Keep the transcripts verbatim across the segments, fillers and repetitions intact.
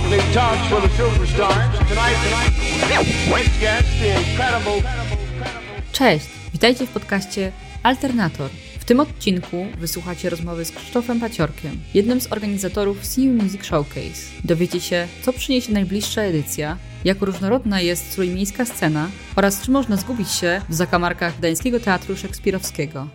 big talks for the superstars. Tonight, tonight, guest, the incredible... Cześć, witajcie w podcaście Alternator. W tym odcinku wysłuchacie rozmowy z Krzysztofem Paciorkiem, jednym z organizatorów C U Music Showcase. Dowiecie się, co przyniesie najbliższa edycja, jak różnorodna jest trójmiejska scena oraz czy można zgubić się w zakamarkach Gdańskiego Teatru Szekspirowskiego.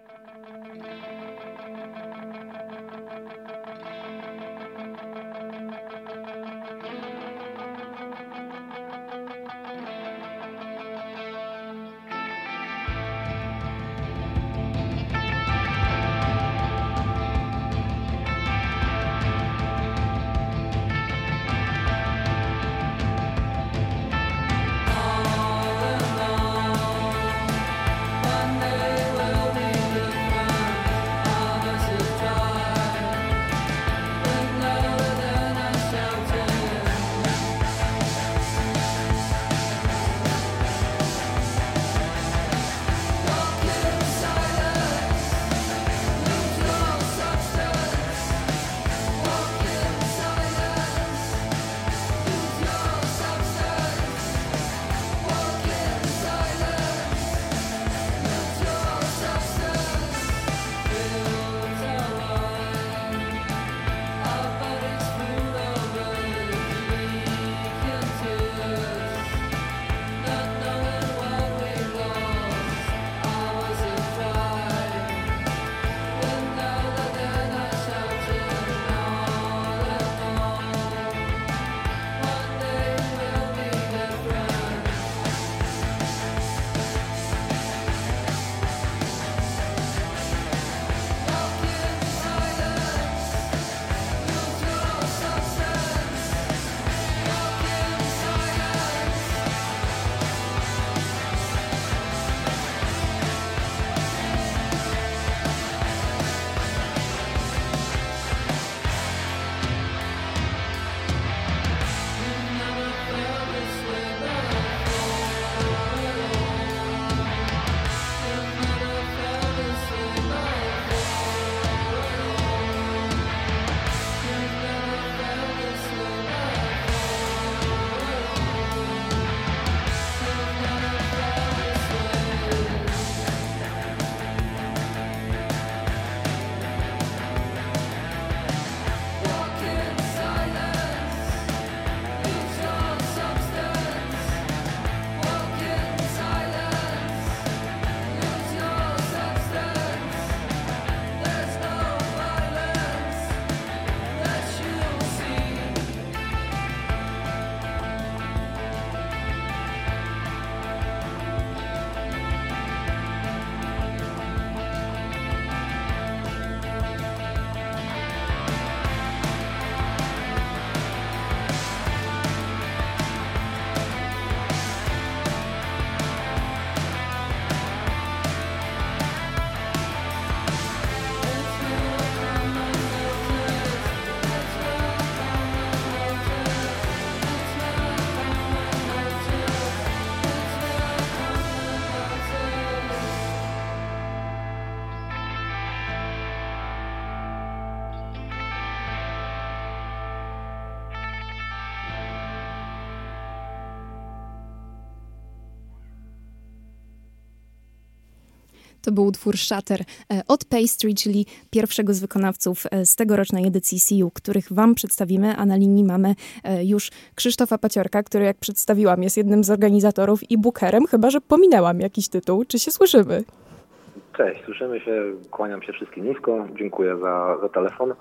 To był utwór Shatter od Pastry, czyli pierwszego z wykonawców z tegorocznej edycji C U, których wam przedstawimy, a na linii mamy już Krzysztofa Paciorka, który, jak przedstawiłam, jest jednym z organizatorów i bookerem, chyba że pominęłam jakiś tytuł. Czy się słyszymy? Cześć, słyszymy się, kłaniam się wszystkim nisko, dziękuję za, za telefon.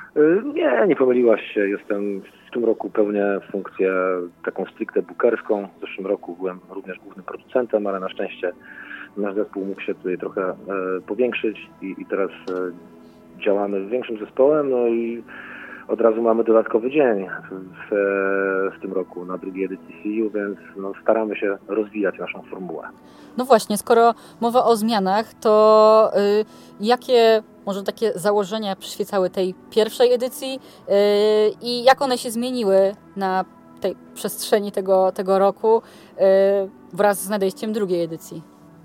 Nie, nie pomyliłaś się, jestem w tym roku pełnię funkcję taką stricte bookerską. W zeszłym roku byłem również głównym producentem, ale na szczęście nasz zespół mógł się tutaj trochę e, powiększyć i, i teraz e, działamy większym zespołem, no i od razu mamy dodatkowy dzień w, w tym roku na drugiej edycji C U, więc no, staramy się rozwijać naszą formułę. No właśnie, skoro mowa o zmianach, to y, jakie może takie założenia przyświecały tej pierwszej edycji y, i jak one się zmieniły na tej przestrzeni tego, tego roku y, wraz z nadejściem drugiej edycji?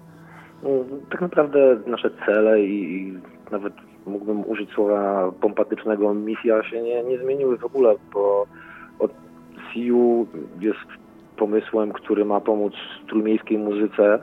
No, tak naprawdę nasze cele i, i nawet mógłbym użyć słowa pompatycznego, misja się nie, nie zmieniły w ogóle, bo od C U jest pomysłem, który ma pomóc trójmiejskiej muzyce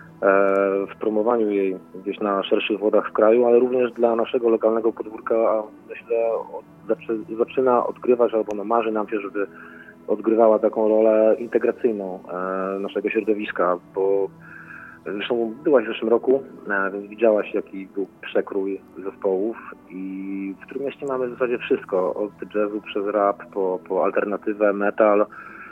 w promowaniu jej gdzieś na szerszych wodach w kraju, ale również dla naszego lokalnego podwórka, myślę, zaczyna odgrywać, albo no marzy nam się, żeby odgrywała taką rolę integracyjną naszego środowiska, bo zresztą byłaś w zeszłym roku, więc widziałaś, jaki był przekrój zespołów i w Trójmieście mamy w zasadzie wszystko, od jazzu przez rap po, po alternatywę, metal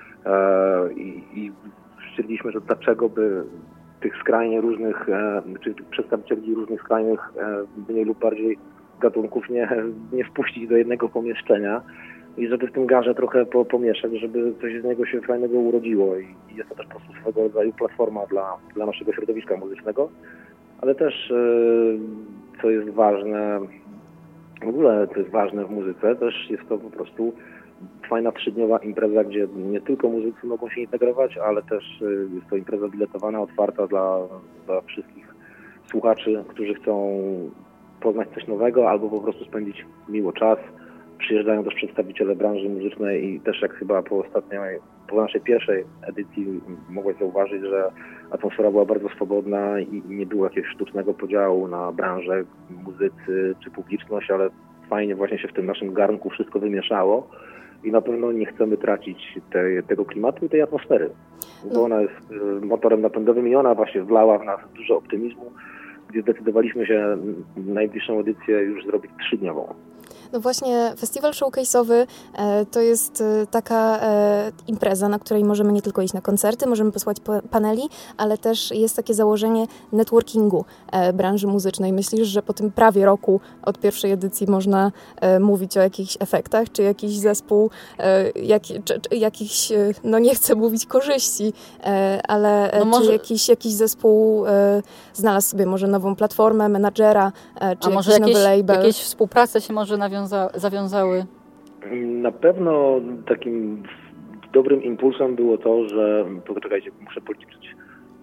i, i stwierdziliśmy, że dlaczego by tych skrajnie różnych, czy przedstawicieli różnych skrajnych, mniej lub bardziej gatunków nie, nie wpuścić do jednego pomieszczenia i żeby w tym garze trochę po, pomieszać, żeby coś z niego się fajnego urodziło i, i jest to też po prostu swego rodzaju platforma dla, dla naszego środowiska muzycznego, ale też co jest ważne, w ogóle co jest ważne w muzyce, też jest to po prostu fajna trzydniowa impreza, gdzie nie tylko muzycy mogą się integrować, ale też jest to impreza biletowana, otwarta dla, dla wszystkich słuchaczy, którzy chcą poznać coś nowego albo po prostu spędzić miło czas. Przyjeżdżają też przedstawiciele branży muzycznej i też jak chyba po ostatniej, po naszej pierwszej edycji mogłeś zauważyć, że atmosfera była bardzo swobodna i nie było jakiegoś sztucznego podziału na branżę, muzycy czy publiczność, ale fajnie właśnie się w tym naszym garnku wszystko wymieszało. I na pewno nie chcemy tracić tej, tego klimatu i tej atmosfery, bo ona jest motorem napędowym i ona właśnie wlała w nas dużo optymizmu, gdzie zdecydowaliśmy się najbliższą edycję już zrobić trzydniową. No właśnie, festiwal showcase'owy e, to jest e, taka e, impreza, na której możemy nie tylko iść na koncerty, możemy posłuchać pa- paneli, ale też jest takie założenie networkingu e, branży muzycznej. Myślisz, że po tym prawie roku od pierwszej edycji można e, mówić o jakichś efektach, czy jakiś zespół, e, jak, czy, czy jakichś, e, no nie chcę mówić korzyści, e, ale e, no może... czy jakiś, jakiś zespół e, znalazł sobie może nową platformę, menadżera, e, czy A jakiś może jakieś, nowy label? jakieś współprace się może nawiązały? zawiązały? Na pewno takim dobrym impulsem było to, że, poczekajcie, muszę policzyć,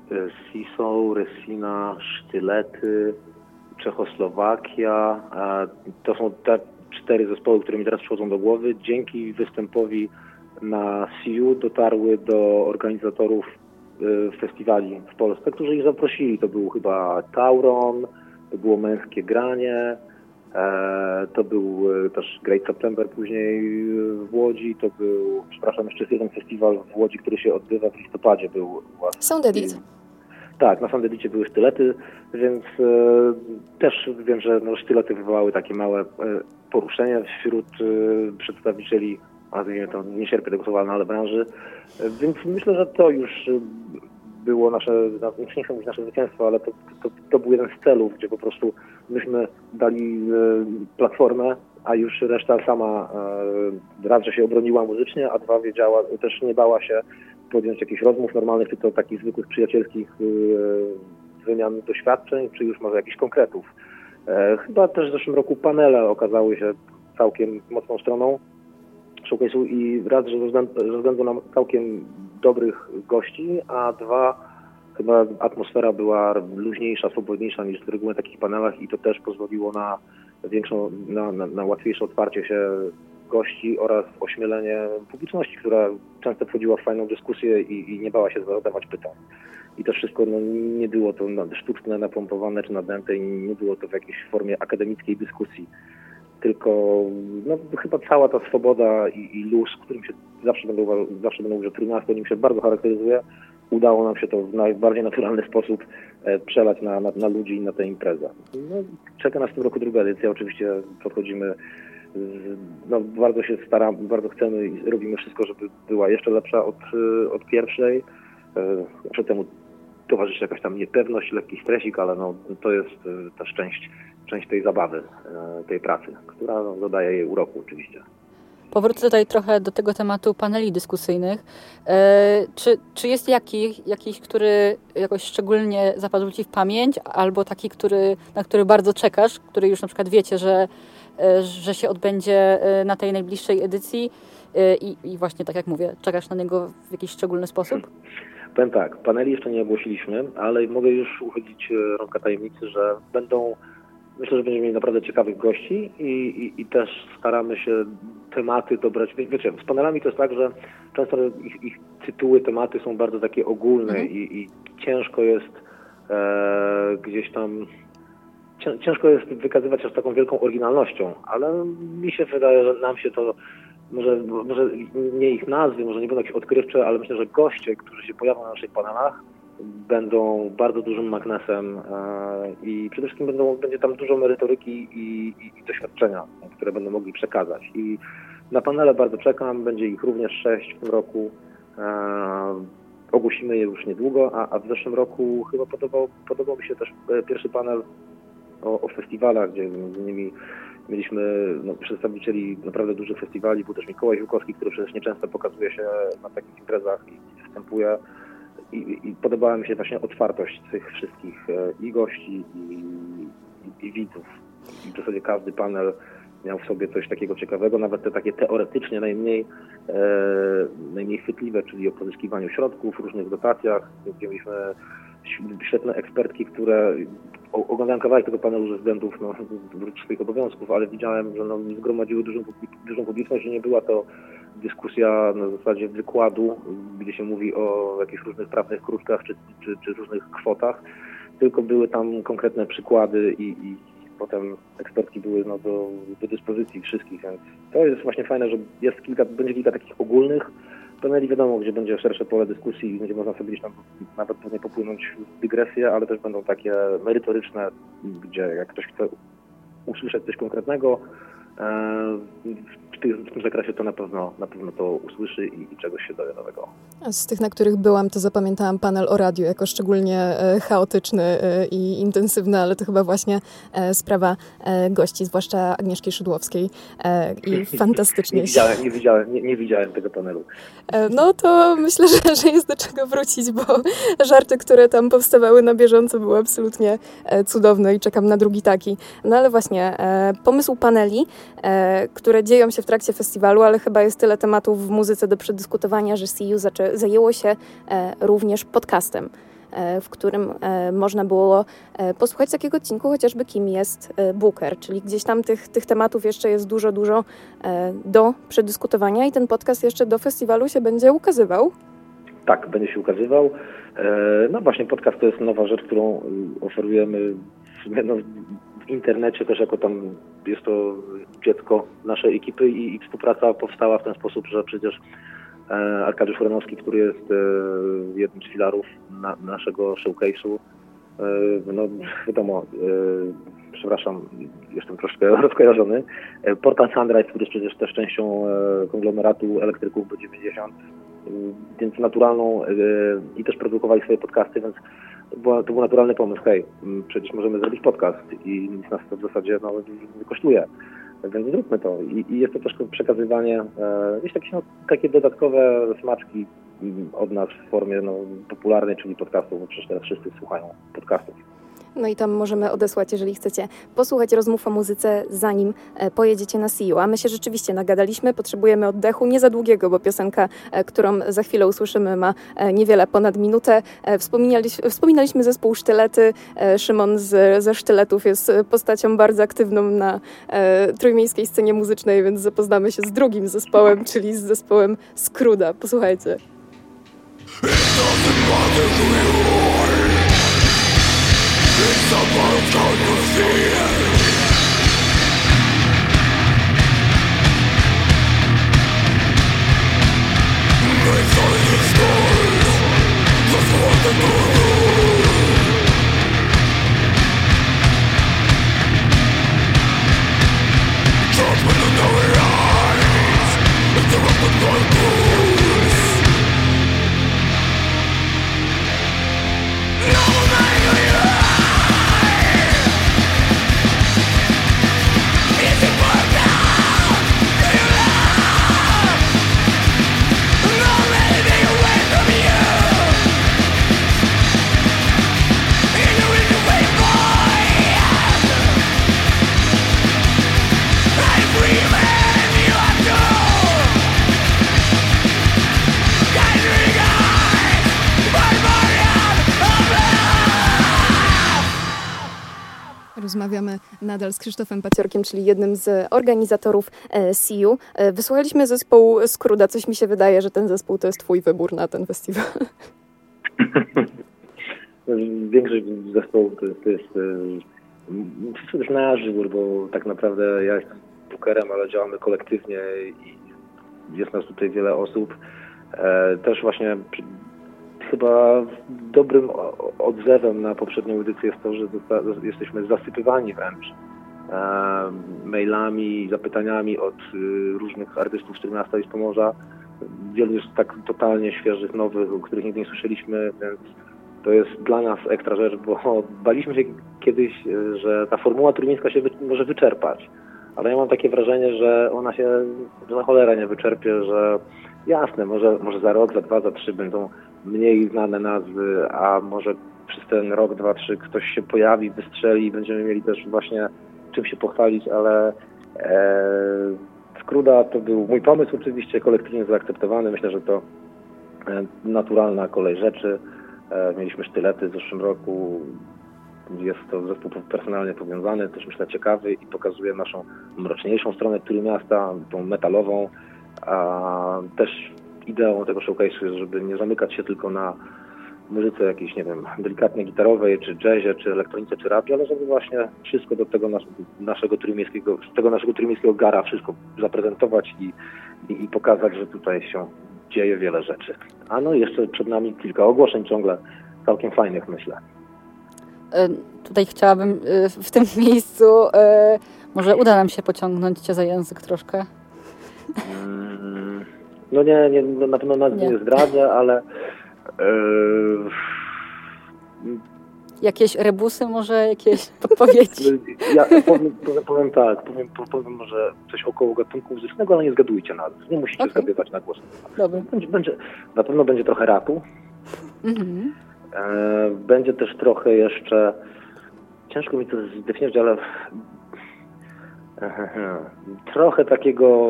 Siso, Resina, Sztylety, Czechoslowakia, to są te cztery zespoły, które mi teraz przychodzą do głowy. Dzięki występowi na C U dotarły do organizatorów festiwali w Polsce, którzy ich zaprosili. To był chyba Tauron, to było Męskie Granie, to był też Great September później w Łodzi, to był, przepraszam, jeszcze jeden festiwal w Łodzi, który się odbywa w listopadzie, był właśnie... Sound Edit. Tak, na Sound Edicie były sztylety, więc e, też wiem, że no, sztylety wywołały takie małe e, poruszenie wśród e, przedstawicieli, a nie, to nie cierpię tego słowa, ale branży, e, więc myślę, że to już było nasze, no, nie chcę mówić nasze zwycięstwo, ale to, to, to był jeden z celów, gdzie po prostu myśmy dali e, platformę, a już reszta sama e, raz, że się obroniła muzycznie, a dwa wiedziała, też nie bała się podjąć jakichś rozmów normalnych, czy to takich zwykłych przyjacielskich e, wymian doświadczeń, czy już może jakichś konkretów. E, chyba też w zeszłym roku panele okazały się całkiem mocną stroną showcase'u i raz, że ze względu, ze względu na całkiem dobrych gości, a dwa, chyba atmosfera była luźniejsza, swobodniejsza niż z reguły na takich panelach i to też pozwoliło na większą, na, na, na łatwiejsze otwarcie się gości oraz ośmielenie publiczności, która często wchodziła w fajną dyskusję i, i nie bała się zadawać pytań. I to wszystko no, nie było to sztuczne, napompowane czy nadęte i nie było to w jakiejś formie akademickiej dyskusji. Tylko no, chyba cała ta swoboda i, i luz, którym się zawsze będę uważał, zawsze będę mówił, że Trójmiasto nim się bardzo charakteryzuje, udało nam się to w najbardziej naturalny sposób e, przelać na, na, na ludzi i na tę imprezę. No, czeka nas w tym roku druga edycja, oczywiście podchodzimy, z, no, bardzo się staramy, bardzo chcemy i robimy wszystko, żeby była jeszcze lepsza od, od pierwszej. E, przed temu towarzyszy jakaś tam niepewność, lekki stresik, ale no, to jest e, też część, część tej zabawy, e, tej pracy, która no, dodaje jej uroku oczywiście. Powrócę tutaj trochę do tego tematu paneli dyskusyjnych. E, czy, czy jest jakiś, jakiś, który jakoś szczególnie zapadł Ci w pamięć, albo taki, który, na który bardzo czekasz, który już na przykład wiecie, że, e, że się odbędzie na tej najbliższej edycji e, i, i właśnie tak jak mówię, czekasz na niego w jakiś szczególny sposób? Powiem tak, paneli jeszcze nie ogłosiliśmy, ale mogę już uchylić rąbka tajemnicy, że będą, myślę, że będziemy mieli naprawdę ciekawych gości i, i, i też staramy się tematy dobrać. Wiecie, z panelami to jest tak, że często ich, ich tytuły, tematy są bardzo takie ogólne mhm. i, i ciężko jest e, gdzieś tam ciężko jest wykazywać się z taką wielką oryginalnością, ale mi się wydaje, że nam się to może, może nie ich nazwy, może nie będą jakieś odkrywcze, ale myślę, że goście, którzy się pojawią na naszych panelach, będą bardzo dużym magnesem i przede wszystkim będą, będzie tam dużo merytoryki i, i, i doświadczenia, które będą mogli przekazać. I na panele bardzo czekam, będzie ich również sześć w tym roku. Ogłosimy je już niedługo, a, a w zeszłym roku chyba podobał, podobał mi się też pierwszy panel o, o festiwalach, gdzie między innymi mieliśmy no, przedstawicieli naprawdę dużych festiwali. Był też Mikołaj Żółkowski, który przecież nieczęsto pokazuje się na takich imprezach i występuje. I, I podobała mi się właśnie otwartość tych wszystkich e, i gości, i, i, i widzów. I w zasadzie każdy panel miał w sobie coś takiego ciekawego, nawet te takie teoretycznie najmniej, e, najmniej chwytliwe, czyli o pozyskiwaniu środków, różnych dotacjach. Gdzie mieliśmy świetne ekspertki, które oglądałem kawałek tego panelu ze względów no, swoich obowiązków, ale widziałem, że no, zgromadziły dużą, dużą publiczność i nie była to dyskusja na zasadzie wykładu, gdzie się mówi o jakichś różnych prawnych kruczkach czy, czy, czy różnych kwotach, tylko były tam konkretne przykłady i, i potem ekspertki były no, do, do dyspozycji wszystkich, więc to jest właśnie fajne, że jest kilka, będzie kilka takich ogólnych paneli, wiadomo, gdzie będzie szersze pole dyskusji i będzie można sobie gdzieś tam nawet pewnie popłynąć w dygresję, ale też będą takie merytoryczne, gdzie jak ktoś chce usłyszeć coś konkretnego, w tym, w tym zakresie to na pewno, na pewno to usłyszy i, i czegoś się dowie nowego. Z tych, na których byłam, to zapamiętałam panel o radiu jako szczególnie chaotyczny i intensywny, ale to chyba właśnie sprawa gości, zwłaszcza Agnieszki Szydłowskiej i fantastycznie. nie, widziałem, nie, widziałem, nie, nie widziałem tego panelu. No to myślę, że, że jest do czego wrócić, bo żarty, które tam powstawały na bieżąco, były absolutnie cudowne i czekam na drugi taki. No ale właśnie, pomysł paneli, które dzieją się w trakcie festiwalu, ale chyba jest tyle tematów w muzyce do przedyskutowania, że C U zaczę- zajęło się również podcastem, w którym można było posłuchać takiego odcinku, chociażby kim jest Booker, czyli gdzieś tam tych, tych tematów jeszcze jest dużo, dużo do przedyskutowania i ten podcast jeszcze do festiwalu się będzie ukazywał. Tak, będzie się ukazywał. No właśnie, podcast to jest nowa rzecz, którą oferujemy no, w internecie też jako tam jest to dziecko naszej ekipy i, i współpraca powstała w ten sposób, że przecież Arkadiusz Uranowski, który jest jednym z filarów na, naszego showcase'u, no wiadomo, przepraszam, jestem troszkę rozkojarzony, portal Sunrise, który jest przecież też częścią konglomeratu elektryków B dziewięćdziesiąt, więc naturalną i też produkowali swoje podcasty, więc to, była, to był naturalny pomysł, hej, przecież możemy zrobić podcast i nic nas to w zasadzie no, nie kosztuje. Więc zróbmy to. I, i jest to też przekazywanie, e, jest jakieś no, takie dodatkowe smaczki od nas w formie no, popularnej, czyli podcastów, bo przecież teraz wszyscy słuchają podcastów. No i tam możemy odesłać, jeżeli chcecie posłuchać rozmów o muzyce, zanim pojedziecie na C U. A my się rzeczywiście nagadaliśmy, potrzebujemy oddechu, nie za długiego, bo piosenka, którą za chwilę usłyszymy, ma niewiele ponad minutę. Wspominaliśmy, wspominaliśmy zespół Sztylety. Szymon z, ze Sztyletów jest postacią bardzo aktywną na e, trójmiejskiej scenie muzycznej, więc zapoznamy się z drugim zespołem, czyli z zespołem Skruda. Posłuchajcie. It's about how you feel. It's all in the stars. That's what they do. Judgment in their eyes. It's the rest of my blues. No matter you. Rozmawiamy nadal z Krzysztofem Paciorkiem, czyli jednym z organizatorów C U. Wysłuchaliśmy zespołu Skruda. Coś mi się wydaje, że ten zespół to jest twój wybór na ten festiwal. Większość zespołów to jest, to jest, to jest nasz wybór, bo tak naprawdę ja jestem bookerem, ale działamy kolektywnie i jest nas tutaj wiele osób. Też właśnie chyba dobrym odzewem na poprzednią edycję jest to, że jesteśmy zasypywani wręcz mailami, zapytaniami od różnych artystów z Trójmiasta i z Pomorza. Wielu jest tak totalnie świeżych, nowych, o których nigdy nie słyszeliśmy, więc to jest dla nas ekstra rzecz, bo baliśmy się kiedyś, że ta formuła trójmiejska się wy, może wyczerpać. Ale ja mam takie wrażenie, że ona się na cholerę nie wyczerpie, że jasne, może, może za rok, za dwa, za trzy będą mniej znane nazwy, a może przez ten rok, dwa, trzy ktoś się pojawi, wystrzeli i będziemy mieli też właśnie czym się pochwalić, ale e, Skruda to był mój pomysł, oczywiście kolektywnie zaakceptowany. Myślę, że to e, naturalna kolej rzeczy. E, mieliśmy sztylety w zeszłym roku. Jest to zespół personalnie powiązany, też myślę ciekawy i pokazuje naszą mroczniejszą stronę Trójmiasta, tą metalową, a też ideą tego showcase'u jest, żeby nie zamykać się tylko na muzyce jakiejś, nie wiem, delikatnie gitarowej, czy jazzie, czy elektronice, czy rapie, ale żeby właśnie wszystko do tego nas, naszego trójmiejskiego, z tego naszego trójmiejskiego gara wszystko zaprezentować i, i, i pokazać, że tutaj się dzieje wiele rzeczy. A no i jeszcze przed nami kilka ogłoszeń ciągle całkiem fajnych, myślę. Tutaj chciałabym w tym miejscu, może uda nam się pociągnąć cię za język troszkę. No nie, nie no na pewno nas nie. nie zdradzę, ale yy... jakieś rebusy może, jakieś podpowiedzi? Ja powiem, powiem, powiem tak, powiem, powiem może coś około gatunku muzycznego, ale nie zgadujcie nazw. Nie musicie okay. zgadywać na głos. Dobra. Będzie, będzie, na pewno będzie trochę rapu. Mhm. E, będzie też trochę jeszcze, ciężko mi to zdefiniować, ale trochę takiego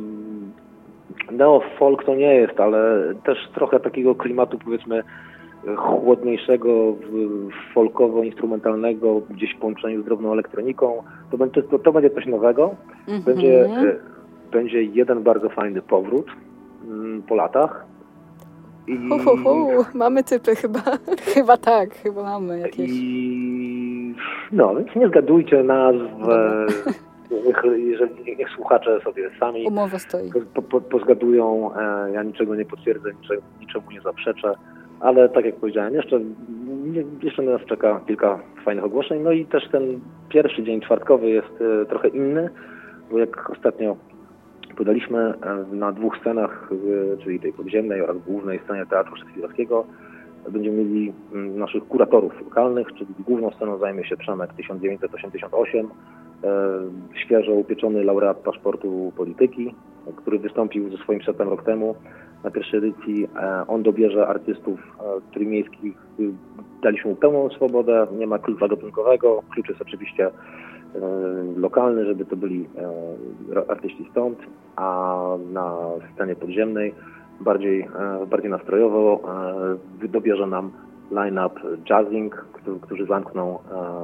neo-folk to nie jest, ale też trochę takiego klimatu, powiedzmy, chłodniejszego, folkowo-instrumentalnego, gdzieś w połączeniu z drobną elektroniką. To będzie, to, to będzie coś nowego. Mm-hmm. Będzie, będzie jeden bardzo fajny powrót mm, po latach. I... Hu, hu, hu. Mamy typy chyba. Chyba tak, chyba mamy jakieś. I... No, więc nie zgadujcie nazw. Niech, jeżeli, niech słuchacze sobie sami Umowa stoi. Po, po, pozgadują. Ja niczego nie potwierdzę, niczego, niczemu nie zaprzeczę. Ale tak jak powiedziałem, jeszcze, jeszcze nas czeka kilka fajnych ogłoszeń. No i też ten pierwszy dzień czwartkowy jest trochę inny, bo jak ostatnio podaliśmy na dwóch scenach, czyli tej podziemnej oraz głównej scenie Teatru Szekspirowskiego, będziemy mieli naszych kuratorów lokalnych, czyli główną sceną zajmie się Przemek tysiąc dziewięćset osiemdziesiąt osiem, świeżo upieczony laureat paszportu polityki, który wystąpił ze swoim setem rok temu na pierwszej edycji. On dobierze artystów trójmiejskich, daliśmy mu pełną swobodę, nie ma klucza gatunkowego, klucz jest oczywiście lokalny, żeby to byli artyści stąd, a na scenie podziemnej bardziej, bardziej nastrojowo dobierze nam line-up Jazzing, którzy zamkną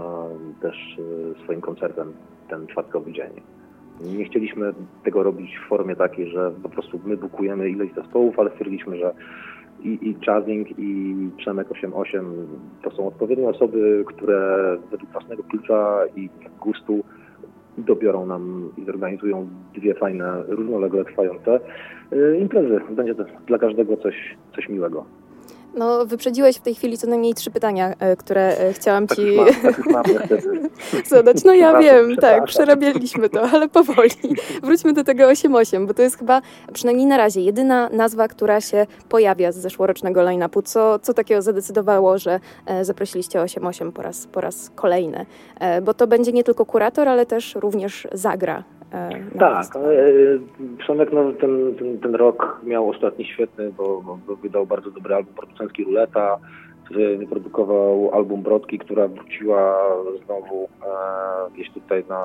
też swoim koncertem ten czwartkowy dzień. Nie chcieliśmy tego robić w formie takiej, że po prostu my bukujemy ileś zespołów, ale stwierdziliśmy, że i, i Jazzing, i Przemek osiem osiem to są odpowiednie osoby, które według własnego klucza i gustu dobiorą nam i zorganizują dwie fajne, równolegle trwające imprezy. Będzie to dla każdego coś, coś miłego. No, wyprzedziłeś w tej chwili co najmniej trzy pytania, które e, chciałam tak ci już mam, tak już mam, zadać. No ja wiem, tak, przerabialiśmy to, ale powoli. Wróćmy do tego osiem osiem, bo to jest chyba, przynajmniej na razie, jedyna nazwa, która się pojawia z zeszłorocznego line-upu. Co, co takiego zadecydowało, że e, zaprosiliście osiem osiem po raz, po raz kolejny? E, bo to będzie nie tylko kurator, ale też również zagra. Tak, Przemek no, ten, ten, ten rok miał ostatni świetny, bo, bo wydał bardzo dobry album producencki Ruleta, wyprodukował album Brodki, która wróciła znowu e, gdzieś tutaj na,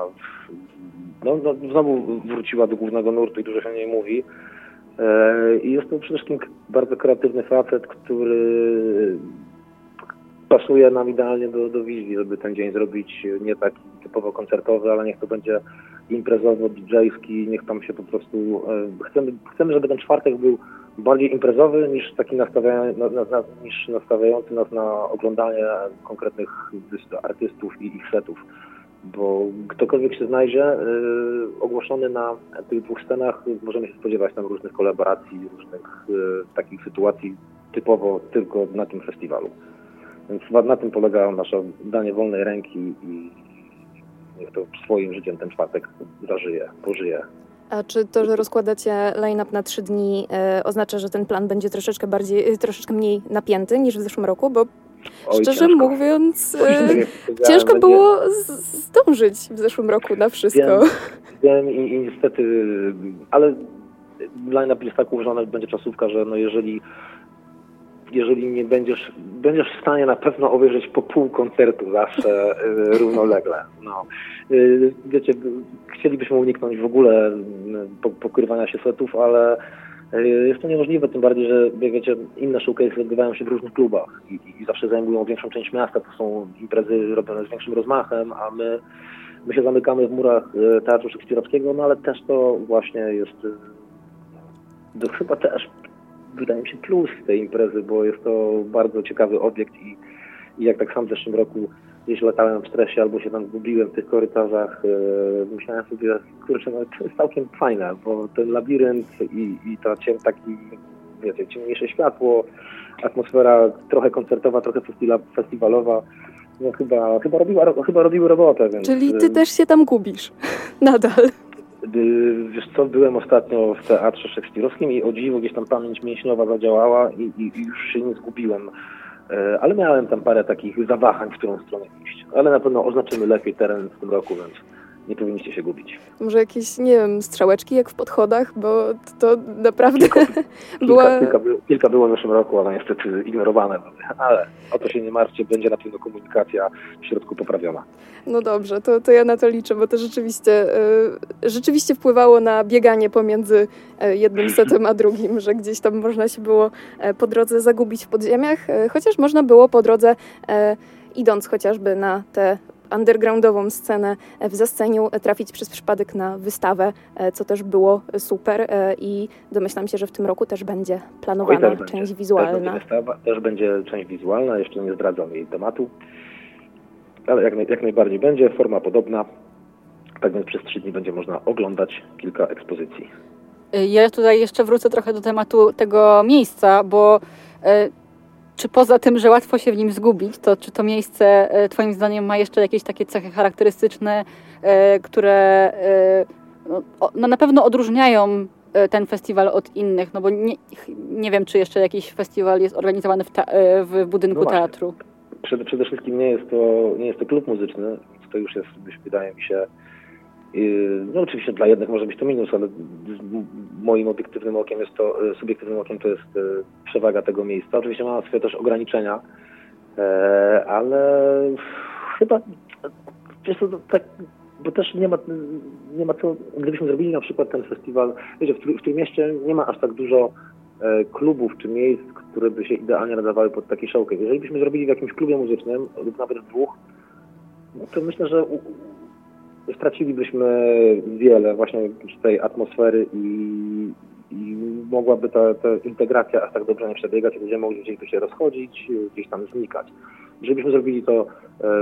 no, no, znowu wróciła do głównego nurtu i dużo się o niej mówi. E, I jest to przede wszystkim bardzo kreatywny facet, który pasuje nam idealnie do, do wizji, żeby ten dzień zrobić nie taki typowo koncertowy, ale niech to będzie imprezowo, didżejski, niech tam się po prostu... Chcemy, chcemy, żeby ten czwartek był bardziej imprezowy niż taki nastawiają, na, na, na, niż nastawiający nas na oglądanie konkretnych artystów i ich setów. Bo ktokolwiek się znajdzie y, ogłoszony na tych dwóch scenach, możemy się spodziewać tam różnych kolaboracji, różnych y, takich sytuacji typowo tylko na tym festiwalu. Więc chyba na tym polega nasze danie wolnej ręki i niech to swoim życiem ten czwartek zażyje, pożyje. A czy to, że rozkładacie line-up na trzy dni e, oznacza, że ten plan będzie troszeczkę bardziej, troszeczkę mniej napięty niż w zeszłym roku? Bo Oj, szczerze ciężko. mówiąc, Oj, e, będzie, ciężko było z- zdążyć w zeszłym roku na wszystko. Wiem, wiem i, i niestety, ale line-up jest tak ułożony, że będzie czasówka, że no jeżeli jeżeli nie będziesz, będziesz w stanie na pewno obejrzeć po pół koncertu zawsze y, równolegle. No. Y, wiecie, chcielibyśmy uniknąć w ogóle y, pokrywania się setów, ale y, jest to niemożliwe, tym bardziej, że jak wiecie, inne showcase odbywają się w różnych klubach i, i zawsze zajmują większą część miasta, to są imprezy robione z większym rozmachem, a my, my się zamykamy w murach y, Teatru Szekspirowskiego, no ale też to właśnie jest y, to chyba też wydaje mi się plus tej imprezy, bo jest to bardzo ciekawy obiekt i, i jak tak sam w zeszłym roku gdzieś latałem w stresie albo się tam gubiłem w tych korytarzach, yy, myślałem sobie, kurczę, no to jest całkiem fajne, bo ten labirynt i, i ta ciem, taki, wiecie, ciemniejsze światło, atmosfera trochę koncertowa, trochę festiwalowa, no chyba, chyba, robiła, chyba robiły robotę. Więc, Czyli ty też się tam gubisz nadal. Wiesz co, byłem ostatnio w Teatrze Szekspirowskim i o dziwo gdzieś tam pamięć mięśniowa zadziałała i, i, i już się nie zgubiłem. Ale miałem tam parę takich zawahań, w którą stronę iść. Ale na pewno oznaczymy lepiej teren w tym roku, więc nie powinniście się gubić. Może jakieś, nie wiem, strzałeczki jak w Podchodach, bo to naprawdę Kilka, była... kilka, kilka, kilka było w zeszłym roku, ale niestety ignorowane. Ale o to się nie martwcie, będzie na pewno komunikacja w środku poprawiona. No dobrze, to, to ja na to liczę, bo to rzeczywiście, y, rzeczywiście wpływało na bieganie pomiędzy y, jednym setem a drugim, że gdzieś tam można się było y, po drodze zagubić w podziemiach, y, chociaż można było po drodze, y, idąc chociażby na tę undergroundową scenę w Zasceniu, trafić przez przypadek na wystawę, co też było super i domyślam się, że w tym roku też będzie planowana Oj, też część będzie, wizualna. Też będzie, wystawa, też będzie część wizualna, jeszcze nie zdradzam jej tematu, ale jak, naj, jak najbardziej będzie, forma podobna, tak więc przez trzy dni będzie można oglądać kilka ekspozycji. Ja tutaj jeszcze wrócę trochę do tematu tego miejsca, bo e, czy poza tym, że łatwo się w nim zgubić, to czy to miejsce e, twoim zdaniem ma jeszcze jakieś takie cechy charakterystyczne, e, które e, no, no na pewno odróżniają ten festiwal od innych, no bo nie, nie wiem, czy jeszcze jakiś festiwal jest organizowany w, ta, w budynku no teatru. Przede, przede wszystkim nie jest to nie jest to klub muzyczny, więc to już jest, wydaje mi się, no oczywiście dla jednych może być to minus, ale moim obiektywnym okiem jest to, subiektywnym okiem to jest przewaga tego miejsca. Oczywiście ma swoje też ograniczenia, ale chyba, wiesz co, tak, bo też nie ma, nie ma co, gdybyśmy zrobili na przykład ten festiwal, wiecie, w, w tym mieście nie ma aż tak dużo klubów czy miejsc, które by się idealnie nadawały pod taki showcase. Jeżeli byśmy zrobili w jakimś klubie muzycznym lub nawet w dwóch, no to myślę, że u, stracilibyśmy wiele właśnie z tej atmosfery i, i mogłaby ta, ta integracja aż tak dobrze nie przebiegać i będziemy mogli gdzieś tu się rozchodzić, gdzieś tam znikać. Jeżeli byśmy zrobili to e,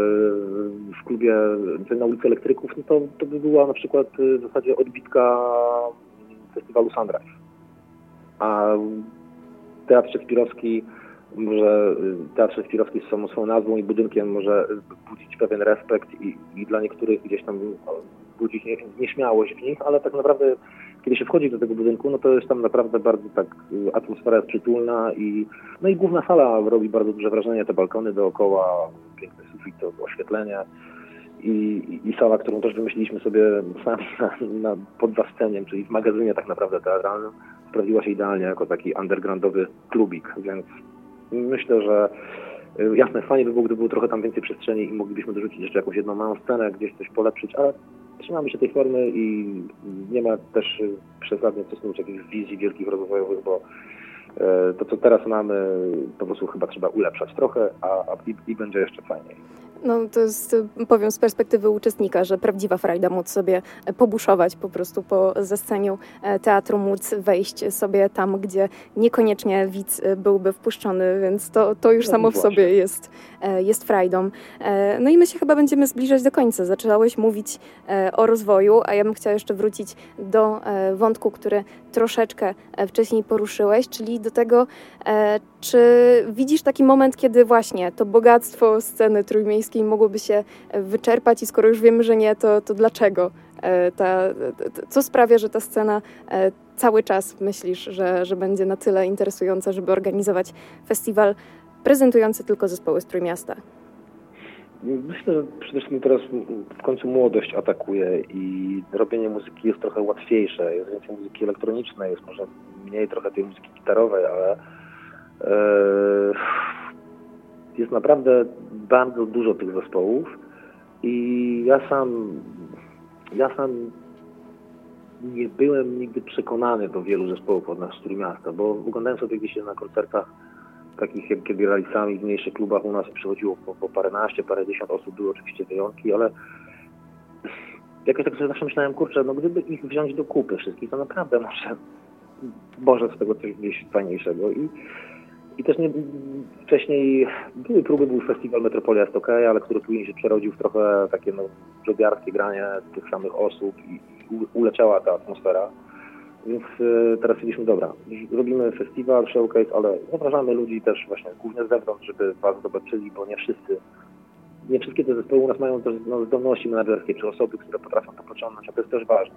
w klubie na ulicy Elektryków, no to, to by była na przykład w zasadzie odbitka festiwalu Sunrise. A Teatr Szekspirowski może, Teatr Szekspirowski z samą swoją nazwą i budynkiem może budzić pewien respekt i, i dla niektórych gdzieś tam budzić nie, nieśmiałość w nich, ale tak naprawdę kiedy się wchodzi do tego budynku, no to jest tam naprawdę bardzo tak, atmosfera jest przytulna i no i główna sala robi bardzo duże wrażenie, te balkony dookoła, piękny sufit, to oświetlenie i, i, i sala, którą też wymyśliliśmy sobie sami na, na, pod Zasceniem, czyli w magazynie tak naprawdę teatralnym, sprawdziła się idealnie jako taki undergroundowy klubik, więc myślę, że jasne, fajnie by było, gdyby było trochę tam więcej przestrzeni i moglibyśmy dorzucić jeszcze jakąś jedną małą scenę, gdzieś coś polepszyć, ale trzymamy się tej formy i nie ma też przesadnie stosunku jakichś wizji wielkich rozwojowych, bo To, co teraz mamy, po prostu chyba trzeba ulepszać trochę, a, a i, i będzie jeszcze fajniej. No to jest, powiem z perspektywy uczestnika, że prawdziwa frajda móc sobie pobuszować po prostu po zesceniu teatru, móc wejść sobie tam, gdzie niekoniecznie widz byłby wpuszczony, więc to, to już no samo w sobie jest, jest frajdą. No i my się chyba będziemy zbliżać do końca. Zaczęłeś mówić o rozwoju, a ja bym chciała jeszcze wrócić do wątku, który troszeczkę wcześniej poruszyłeś, czyli do tego, czy widzisz taki moment, kiedy właśnie to bogactwo sceny trójmiejskiej mogłoby się wyczerpać i skoro już wiemy, że nie, to, to dlaczego? Ta, co sprawia, że ta scena cały czas myślisz, że, że będzie na tyle interesująca, żeby organizować festiwal prezentujący tylko zespoły z Trójmiasta? Myślę, że przede wszystkim teraz w końcu młodość atakuje i robienie muzyki jest trochę łatwiejsze. Jest więcej muzyki elektronicznej, jest może mniej trochę tej muzyki gitarowej, ale jest naprawdę bardzo dużo tych zespołów i ja sam ja sam nie byłem nigdy przekonany do wielu zespołów od nas z Trójmiasta, bo oglądałem sobie gdzieś na koncertach takich, kiedy grali sami w mniejszych klubach, u nas przychodziło po, po paręnaście, parędziesiąt osób, były oczywiście wyjątki, ale jakoś tak sobie zawsze myślałem, kurczę, no gdyby ich wziąć do kupy wszystkich, to naprawdę może może z tego coś wyjść fajniejszego. I I też nie, wcześniej były próby, był festiwal Metropolia jest okej, ale który później się przerodził w trochę takie no, blogiarskie granie tych samych osób i, i uleciała ta atmosfera. Więc y, teraz stwierdziliśmy, dobra, robimy festiwal, showcase, ale zapraszamy ludzi też właśnie głównie z zewnątrz, żeby was zobaczyli, bo nie wszyscy, nie wszystkie te zespoły u nas mają też no, zdolności menedżerskie, czy osoby, które potrafią to pociągnąć, a to jest też ważne.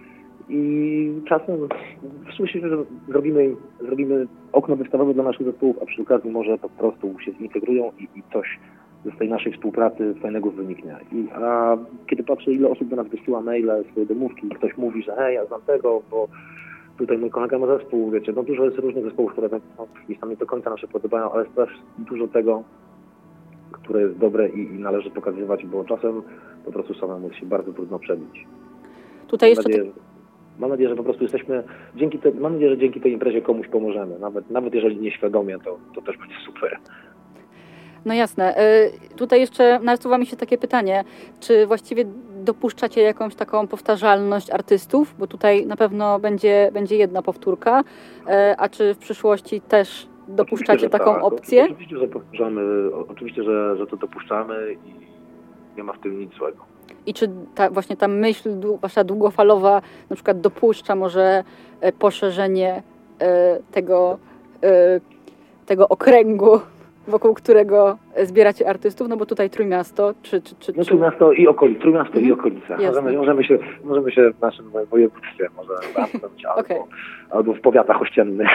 I czasem słyszymy, że zrobimy, zrobimy okno wystawowe dla naszych zespołów, a przy okazji może po prostu się zintegrują i, i coś z tej naszej współpracy fajnego wyniknie. I, a kiedy patrzę, ile osób do nas wysyła maile, swoje domówki, ktoś mówi, że hej, ja znam tego, bo tutaj mój kolega ma zespół, wiecie, no dużo jest różnych zespołów, które no, gdzieś tam nie do końca nam się podobają, ale jest też dużo tego, które jest dobre i, i należy pokazywać, bo czasem po prostu samemu się bardzo trudno przebić. Tutaj jeszcze... Nadzieję, Mam nadzieję, że po prostu jesteśmy, dzięki te, mam nadzieję, że dzięki tej imprezie komuś pomożemy. Nawet, nawet jeżeli nieświadomie, to, to też będzie super. No jasne. Y, tutaj jeszcze nasuwa mi się takie pytanie, czy właściwie dopuszczacie jakąś taką powtarzalność artystów? Bo tutaj na pewno będzie, będzie jedna powtórka, y, a czy w przyszłości też dopuszczacie taką tak. opcję? Oczywiście, że powtarzamy, oczywiście, że, że to dopuszczamy i nie ma w tym nic złego. I czy ta, właśnie ta myśl wasza długofalowa na przykład dopuszcza może poszerzenie tego, tego okręgu, wokół którego zbieracie artystów? No bo tutaj Trójmiasto, czy... czy, czy no Trójmiasto i okolice, Trójmiasto mhm. i okolice. Możemy, możemy, się, możemy się w naszym województwie może zamknąć albo, okay. albo w powiatach ościennych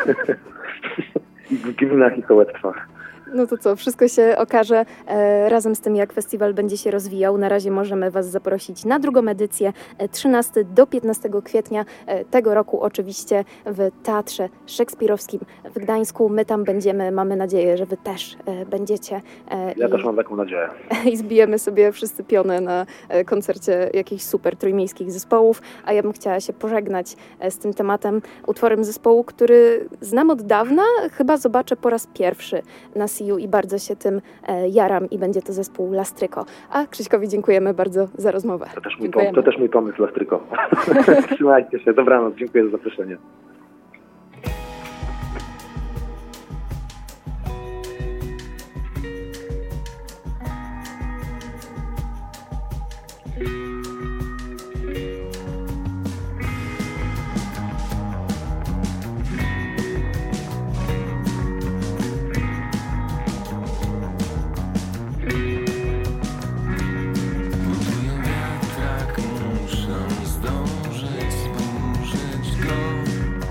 i w gminach i sołectwach. No to co, wszystko się okaże e, razem z tym, jak festiwal będzie się rozwijał. Na razie możemy was zaprosić na drugą edycję trzynastego do piętnastego kwietnia e, tego roku, oczywiście w Teatrze Szekspirowskim w Gdańsku. My tam będziemy, mamy nadzieję, że wy też e, będziecie. E, ja i, też mam taką nadzieję. I zbijemy sobie wszyscy pionę na e, koncercie jakichś super trójmiejskich zespołów, a ja bym chciała się pożegnać e, z tym tematem, utworem zespołu, który znam od dawna, chyba zobaczę po raz pierwszy na i bardzo się tym e, jaram i będzie to zespół Lastryko. A Krzyśkowi dziękujemy bardzo za rozmowę. To też mój, pom- to też mój pomysł, Lastryko. Trzymajcie się, dobranoc, dziękuję za zaproszenie. Muszę zdążyć, zburzyć go.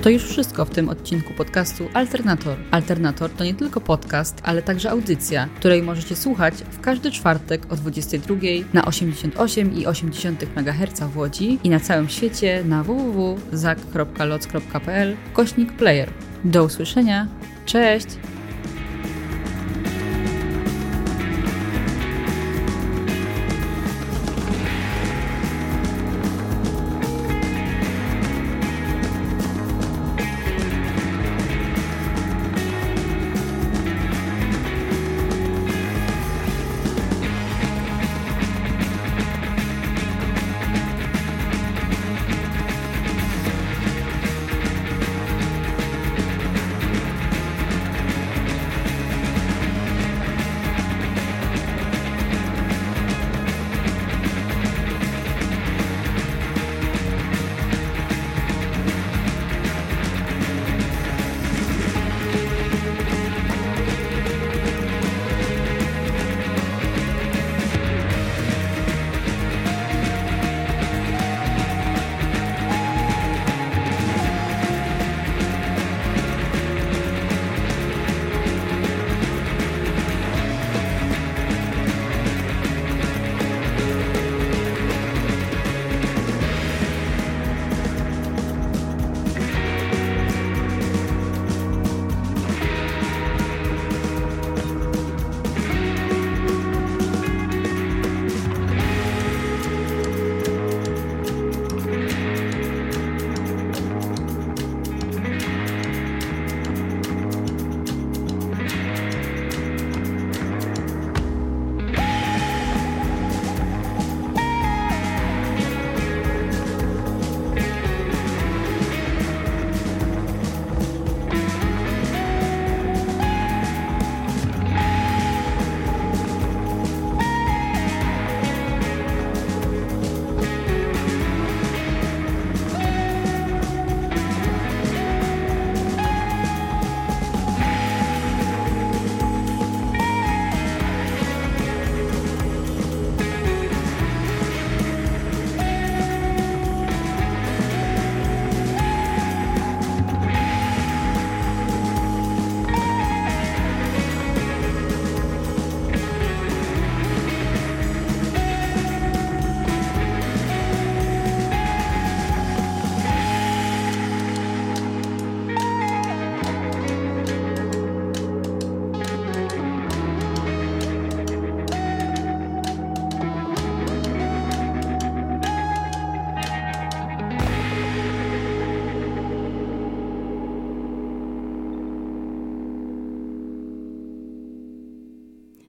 To już wszystko w tym odcinku podcastu Alternator. Alternator to nie tylko podcast, ale także audycja, której możecie słuchać w każdy czwartek o dwudziestej drugiej na osiemdziesiąt osiem i osiem megaherca w Łodzi i na całym świecie na w w w kropka zak kropka loc kropka p l kośnik player. Do usłyszenia. Cześć!